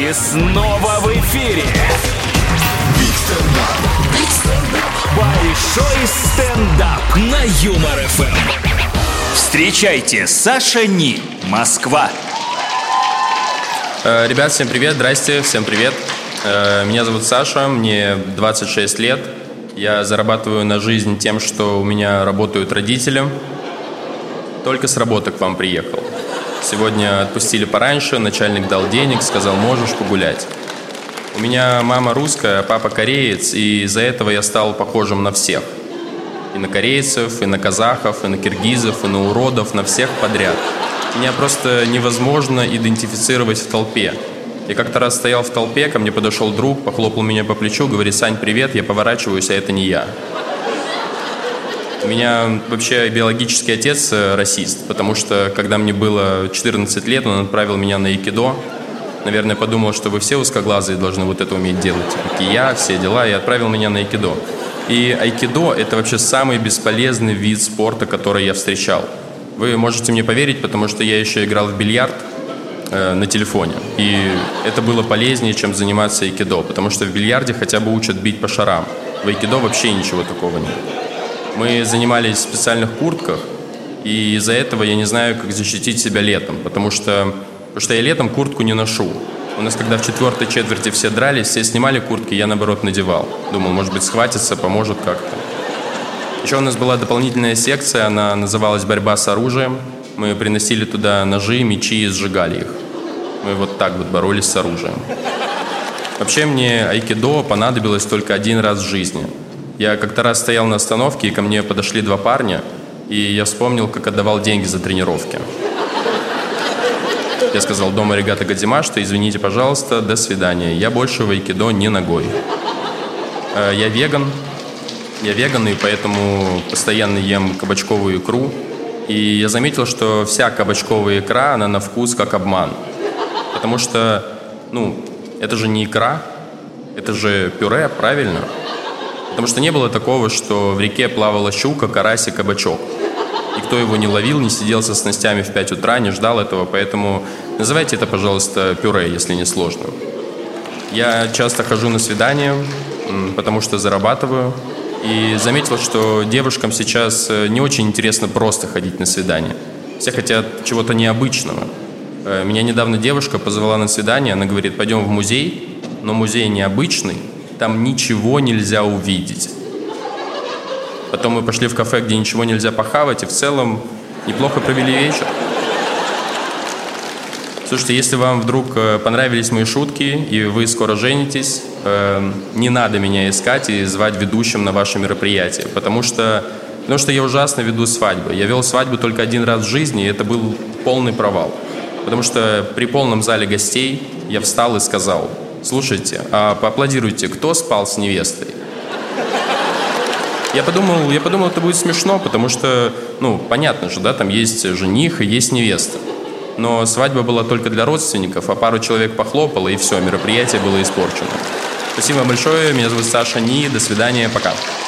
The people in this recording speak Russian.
И снова в эфире большой стендап на Юмор ФМ. Встречайте, Саша Ни, Москва. Ребят, всем привет, здрасте, всем привет. Меня зовут Саша, мне 26 лет. Я зарабатываю на жизнь тем, что у меня работают родители. Только с работы к вам приехал. Сегодня отпустили пораньше, начальник дал денег, сказал, можешь погулять. У меня мама русская, а папа кореец, и из-за этого я стал похожим на всех. И на корейцев, и на казахов, и на киргизов, и на уродов, на всех подряд. Меня просто невозможно идентифицировать в толпе. Я как-то раз стоял в толпе, ко мне подошел друг, похлопал меня по плечу, говорит, Сань, привет, я поворачиваюсь, а это не я. У меня вообще биологический отец расист, потому что, когда мне было 14 лет, он отправил меня на айкидо. Наверное, подумал, что вы все узкоглазые должны вот это уметь делать, типа кия, все дела, и отправил меня на айкидо. И айкидо – это вообще самый бесполезный вид спорта, который я встречал. Вы можете мне поверить, потому что я еще играл в бильярд на телефоне. И это было полезнее, чем заниматься айкидо, потому что в бильярде хотя бы учат бить по шарам. В айкидо вообще ничего такого нет. Мы занимались в специальных куртках, и из-за этого я не знаю, как защитить себя летом, потому что я летом куртку не ношу. У нас, когда в четвертой четверти все дрались, все снимали куртки, я, наоборот, надевал. Думал, может быть, схватится, поможет как-то. Еще у нас была дополнительная секция, она называлась «Борьба с оружием». Мы приносили туда ножи, мечи и сжигали их. Мы вот так вот боролись с оружием. Вообще мне айкидо понадобилось только один раз в жизни. Я как-то раз стоял на остановке, и ко мне подошли два парня, и я вспомнил, как отдавал деньги за тренировки. Я сказал, дома регата гадзима, что извините, пожалуйста, до свидания. Я больше в айкидо не ногой. Я веган, и поэтому постоянно ем кабачковую икру. И я заметил, что вся кабачковая икра, она на вкус как обман. Потому что, это же не икра, это же пюре, правильно? Потому что не было такого, что в реке плавала щука, карась и кабачок. И кто его не ловил, не сидел со снастями в 5 утра, не ждал этого, поэтому называйте это, пожалуйста, пюре, если не сложно. Я часто хожу на свидания, потому что зарабатываю, и заметил, что девушкам сейчас не очень интересно просто ходить на свидание. Все хотят чего-то необычного. Меня недавно девушка позвала на свидание, она говорит, пойдем в музей, но музей необычный, там ничего нельзя увидеть. Потом мы пошли в кафе, где ничего нельзя похавать, и в целом неплохо провели вечер. Слушайте, если вам вдруг понравились мои шутки, и вы скоро женитесь, не надо меня искать и звать ведущим на ваше мероприятие, потому что я ужасно веду свадьбы. Я вел свадьбу только один раз в жизни, и это был полный провал. Потому что при полном зале гостей я встал и сказал, слушайте, а поаплодируйте, кто спал с невестой? Я подумал, это будет смешно, потому что, понятно же, да, там есть жених и есть невеста. Но свадьба была только для родственников, а пару человек похлопало, и все, мероприятие было испорчено. Спасибо большое, меня зовут Саша Ни, до свидания, пока.